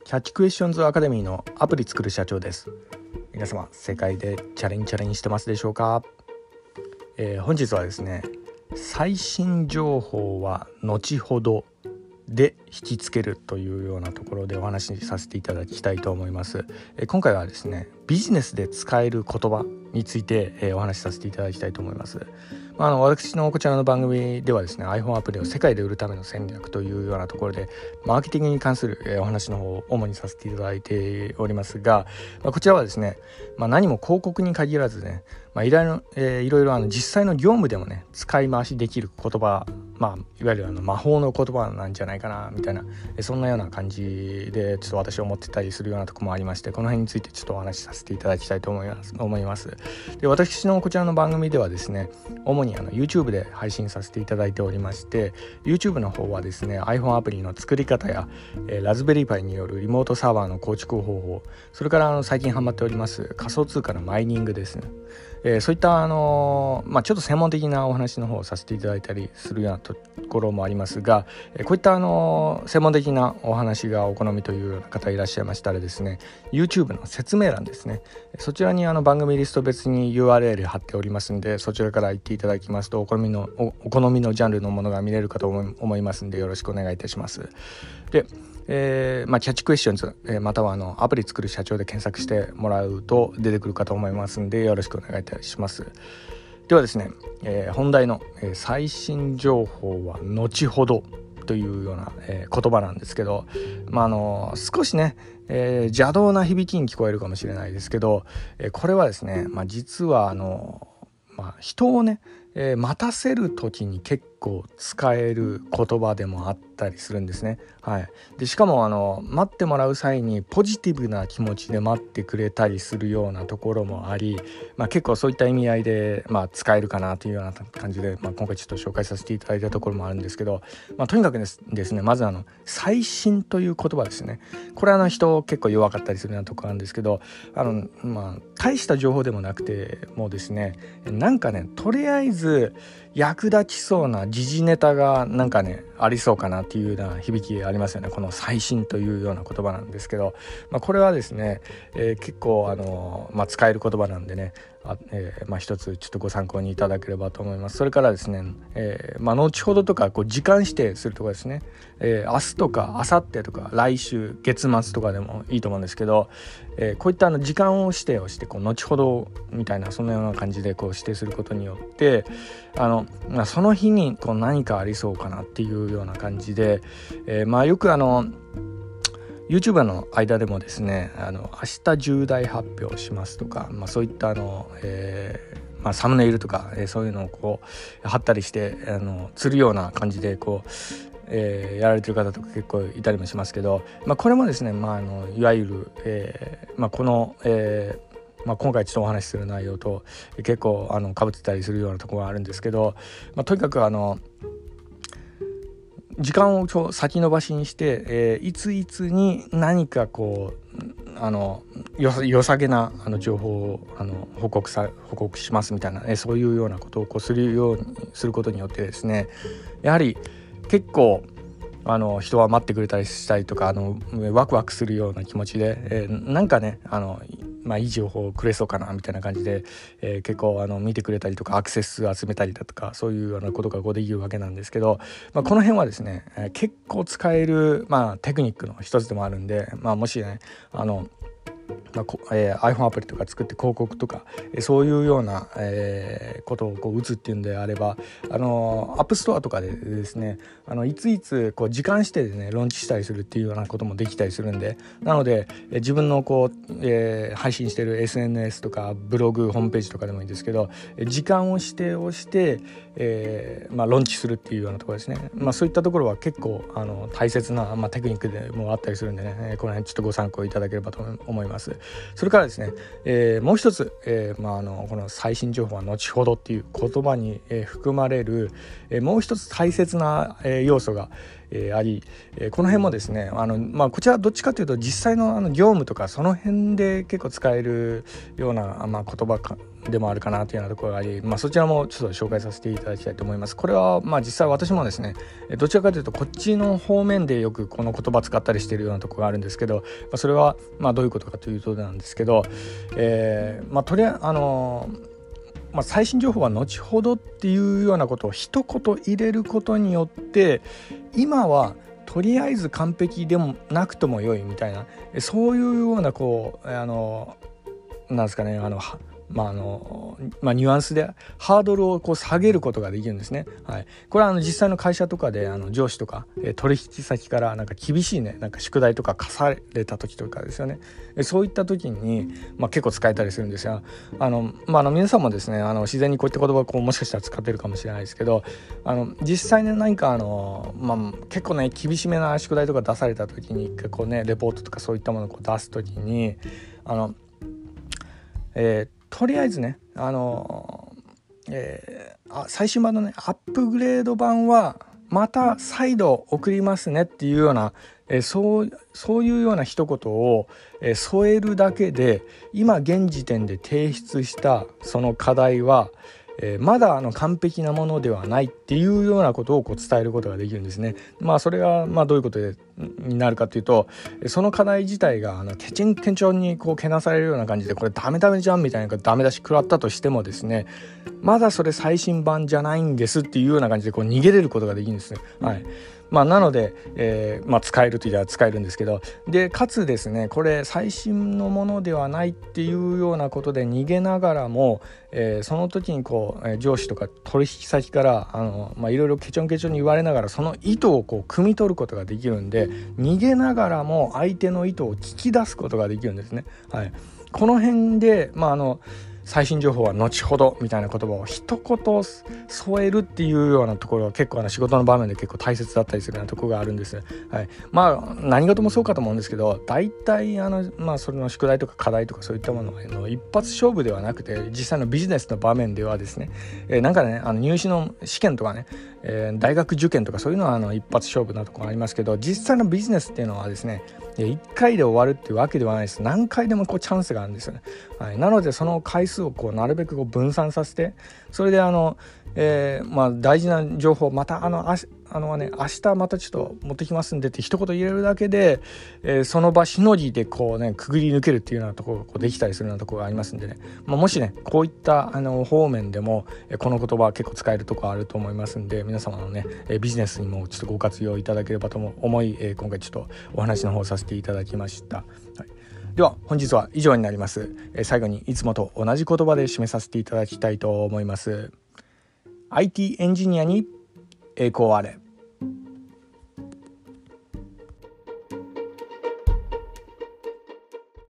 キャッチクエスチョンズアカデミーのアプリ作る社長です。皆様世界でチャレンジしてますでしょうか。本日はですね、最新情報は後ほどで引きつけるというようなところでお話しさせていただきたいと思います。今回はですね、ビジネスで使える言葉について、お話しさせていただきたいと思います。私のこちらの番組ではですね、 iPhone アプリを世界で売るための戦略というようなところでマーケティングに関する、お話の方を主にさせていただいておりますが、こちらはですね、何も広告に限らずね、いろいろ実際の業務でもね使い回しできる言葉、いわゆる魔法の言葉なんじゃないかなみたいな、そんなような感じでちょっと私は思ってたりするようなところもありまして、この辺についてちょっとお話しさせていただきたいと思います。で、私のこちらの番組ではですね、主にYouTube で配信させていただいておりまして、 YouTube の方はですね iPhone アプリの作り方や、ラズベリーパイによるリモートサーバーの構築方法、それから最近ハマっております仮想通貨のマイニングですね。そういったちょっと専門的なお話の方をさせていただいたりするようなところもありますが、こういった専門的なお話がお好みというような方いらっしゃいましたらですね、 YouTube の説明欄ですね、そちらに番組リスト別に URL 貼っておりますんで、そちらから行っていただきますとお好みのジャンルのものが見れるかと思いますんで、よろしくお願いいたします。で、キャッチクエスチョンズ、またはアプリ作る社長で検索してもらうと出てくるかと思いますんで、よろしくお願いいたします。ではですね、本題の、最新情報は後ほどというような、言葉なんですけど、少しね、邪道な響きに聞こえるかもしれないですけど、これはですね、実は人をね、待たせる時に結構使える言葉でもあったりするんですね。でしかも待ってもらう際にポジティブな気持ちで待ってくれたりするようなところもあり、結構そういった意味合いで、使えるかなというような感じで、今回ちょっと紹介させていただいたところもあるんですけど、とにかくですね、まず最新という言葉ですね。これ人結構弱かったりするようなところなんですけど、大した情報でもなくてもうですね、とりあえず役立ちそうな時事ネタがありそうかなっていうような響きありますよね。この最新というような言葉なんですけど、これはですね、結構使える言葉なんでね、一つちょっとご参考にいただければと思います。それからですね、後ほどとか時間指定するとかですね、明日とか明後日とか来週月末とかでもいいと思うんですけど、こういった時間を指定をして後ほどみたいな、そんなような感じで指定することによってその日に何かありそうかなっていうような感じで、よくYouTuber の間でもですね、明日重大発表しますとか、そういったサムネイルとか、そういうのを貼ったりして釣るような感じでやられてる方とか結構いたりもしますけど、これもですね、いわゆる、この、今回ちょっとお話しする内容と結構被ってたりするようなところがあるんですけど、とにかく時間を先延ばしにして、いついつに何か良さげな情報を報告しますみたいな、そういうようなことをすることによってですね、やはり結構人は待ってくれたりしたりとかワクワクするような気持ちで、いい情報をくれそうかなみたいな感じで、結構見てくれたりとかアクセス集めたりだとか、そういうようなことができるわけなんですけど、この辺はですね、結構使える、テクニックの一つでもあるんで、もしねiPhone アプリとか作って広告とかそういうような、ことを打つっていうんであれば、App Store とかでですね、いついつ時間指定でねローンチしたりするっていうようなこともできたりするんで、なので自分の配信してる SNS とかブログホームページとかでもいいんですけど、時間を指定をして、ローンチするっていうようなところですね。そういったところは結構大切な、テクニックでもあったりするんでね、この辺ちょっとご参考いただければと思います。それからですね、もう一つ、この最新情報は後ほどっていう言葉に、含まれる、もう一つ大切な、要素が、あり、この辺もですねこちらどっちかというと実際の業務とかその辺で結構使えるような、言葉でもあるかなというようなところがあり、そちらもちょっと紹介させていただきたいと思います。これは実際私もですね、どちらかというとこっちの方面でよくこの言葉使ったりしているようなところがあるんですけど、それはどういうことかというとなんですけど、とりあえず最新情報は後ほどっていうようなことを一言入れることによって、今はとりあえず完璧でもなくとも良いみたいな、そういうようななんですかね、ニュアンスでハードルを下げることができるんですね。これは実際の会社とかで上司とか取引先から厳しい宿題とか課された時とかですよね。そういった時に、結構使えたりするんですが、皆さんもですね自然にこういった言葉をもしかしたら使ってるかもしれないですけど、実際に何か結構ね厳しめな宿題とか出された時にレポートとかそういったものを出す時にとりあえずね、最新版のねアップグレード版はまた再度送りますねっていうような、そういうような一言を、添えるだけで、今現時点で提出したその課題はまだ完璧なものではないっていうようなことを伝えることができるんですね。それがどういうことになるかというと、その課題自体がケチンケチョンにけなされるような感じで、これダメじゃんみたいなダメ出し食らったとしてもですね、まだそれ最新版じゃないんですっていうような感じで逃げれることができるんですね。なので、使えるといえば使えるんですけど、でかつですね、これ最新のものではないっていうようなことで逃げながらも、その時に上司とか取引先からいろいろケチョンケチョンに言われながらその意図を汲み取ることができるんで、逃げながらも相手の意図を聞き出すことができるんですね。この辺で最新情報は後ほどみたいな言葉を一言添えるっていうようなところは結構仕事の場面で結構大切だったりするようなところがあるんです。何事もそうかと思うんですけど、大体それの宿題とか課題とかそういったものの一発勝負ではなくて、実際のビジネスの場面ではですね、入試の試験とかね、大学受験とかそういうのは一発勝負なところがありますけど、実際のビジネスっていうのはですね、1回で終わるっていうわけではないです。何回でもチャンスがあるんですよね。なのでその回数をなるべく分散させて、それで大事な情報また明日またちょっと持ってきますんでって一言入れるだけで、その場しのぎでくぐり抜けるっていうようなところができたりするようなところがありますんでね、もしねこういった方面でもこの言葉は結構使えるところあると思いますんで、皆様のねビジネスにもちょっとご活用いただければと思い、今回ちょっとお話の方させていただきました。では本日は以上になります。最後にいつもと同じ言葉で締めさせていただきたいと思います。IT エンジニアに栄光あれ。